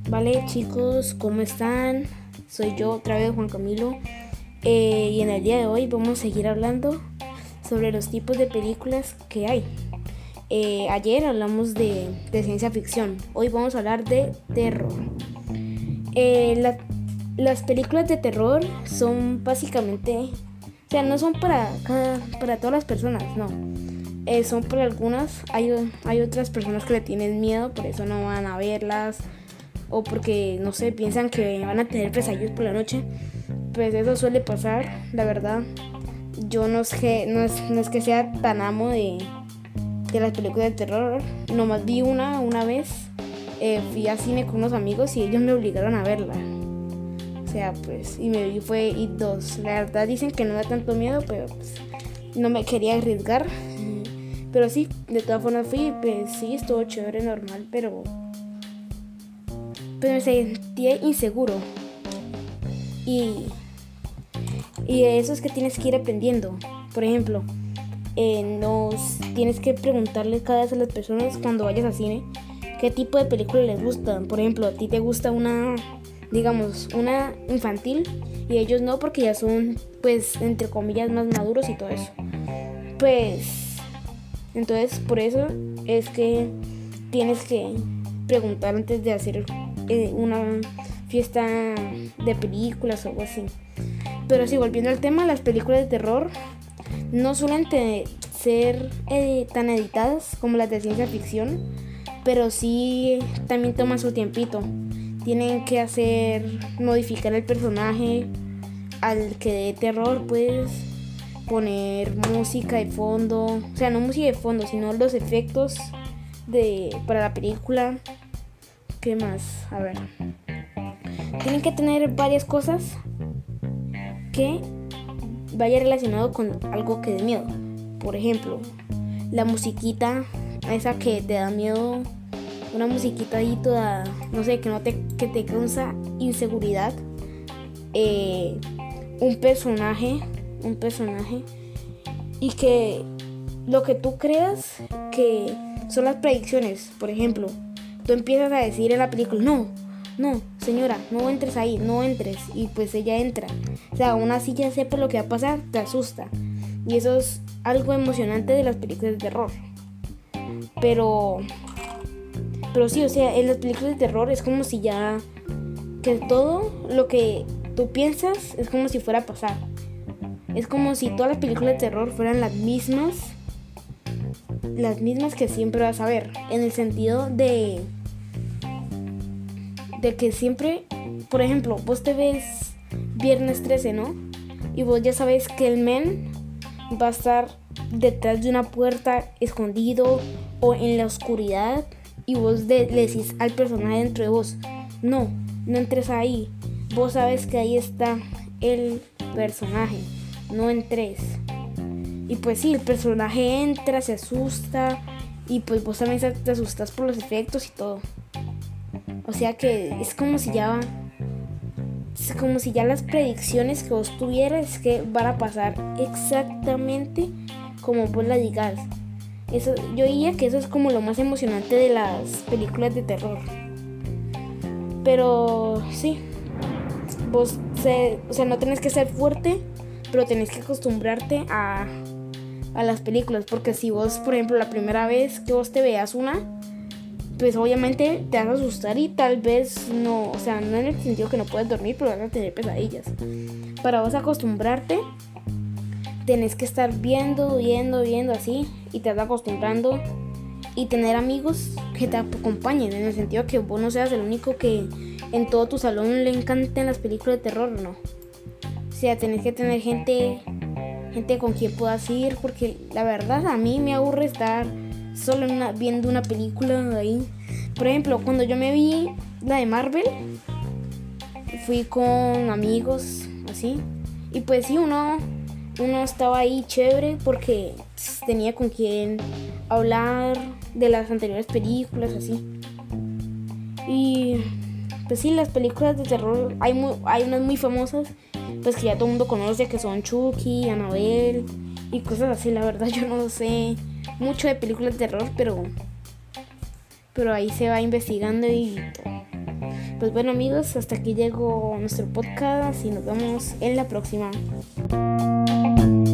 Vale, chicos, ¿cómo están? Soy yo otra vez, Juan Camilo. Y en el día de hoy vamos a seguir hablando sobre los tipos de películas que hay. Ayer hablamos de ciencia ficción. Hoy vamos a hablar de terror. Las películas de terror son básicamente, o sea, no son para todas las personas, no. Son para algunas. Hay otras personas que le tienen miedo, por eso no van a verlas. O porque, no sé, piensan que van a tener pesadillas por la noche. Pues eso suele pasar, la verdad. Yo no es que sea tan amo de las películas de terror. Nomás vi una vez. Fui al cine con unos amigos y ellos me obligaron a verla. O sea, pues, y me vi fue It 2. La verdad dicen que no da tanto miedo, pero pues no me quería arriesgar. Pero sí, de todas formas fui, pues sí, estuvo chévere, normal, pero me sentía inseguro. Y de eso es que tienes que ir aprendiendo. Por ejemplo, tienes que preguntarle cada vez a las personas cuando vayas al cine qué tipo de película les gusta. Por ejemplo, a ti te gusta una infantil y ellos no, porque ya son, pues, entre comillas, más maduros y todo eso. Pues, entonces por eso es que tienes que preguntar antes de hacer una fiesta de películas o algo así. Pero sí, volviendo al tema, las películas de terror no suelen ser tan editadas como las de ciencia ficción, pero sí también toman su tiempito. Tienen que modificar el personaje al que dé terror, pues poner música de fondo, o sea, no música de fondo, sino los efectos para la película. ¿Qué más? A ver, tienen que tener varias cosas que vaya relacionado con algo que dé miedo. Por ejemplo, la musiquita esa que te da miedo, una musiquita ahí toda, no sé, que te causa inseguridad. Un personaje y que lo que tú creas que son las predicciones. Por ejemplo, tú empiezas a decir en la película, no, señora, no entres ahí, no entres, y pues ella entra. O sea, aún así ya sepa lo que va a pasar, te asusta. Y eso es algo emocionante de las películas de terror. Pero sí, o sea, en las películas de terror es como si ya, que todo lo que tú piensas es como si fuera a pasar. Es como si todas las películas de terror fueran las mismas que siempre vas a ver. En el sentido de que siempre, por ejemplo, vos te ves Viernes 13, ¿no? Y vos ya sabes que el men va a estar detrás de una puerta, escondido o en la oscuridad, y vos le decís al personaje dentro de vos, no entres ahí. Vos sabes que ahí está el personaje, no entres. Y pues sí, el personaje entra, se asusta, y pues vos también te asustas por los efectos y todo. O sea que es como si ya las predicciones que vos tuvieras que van a pasar exactamente como vos la digas. Eso, yo diría que eso es como lo más emocionante de las películas de terror. Pero sí, vos no tenés que ser fuerte, pero tenés que acostumbrarte a las películas. Porque si vos, por ejemplo, la primera vez que vos te veas una, pues obviamente te vas a asustar y tal vez no, o sea, no en el sentido que no puedes dormir, pero vas a tener pesadillas. Para vos acostumbrarte, tenés que estar viendo así, y te vas acostumbrando, y tener amigos que te acompañen, en el sentido que vos no seas el único que en todo tu salón le encanten las películas de terror, no. O sea, tenés que tener gente con quien puedas ir, porque la verdad a mí me aburre estar solo viendo una película ahí. Por ejemplo, cuando yo me vi la de Marvel, fui con amigos, así, y pues sí, uno estaba ahí chévere porque tenía con quien hablar de las anteriores películas, así. Y pues sí, las películas de terror, hay unas muy famosas, pues que ya todo el mundo conoce, que son Chucky, Annabelle y cosas así. La verdad yo no sé mucho de películas de terror, pero ahí se va investigando y todo. Pues bueno amigos, hasta aquí llegó nuestro podcast y nos vemos en la próxima.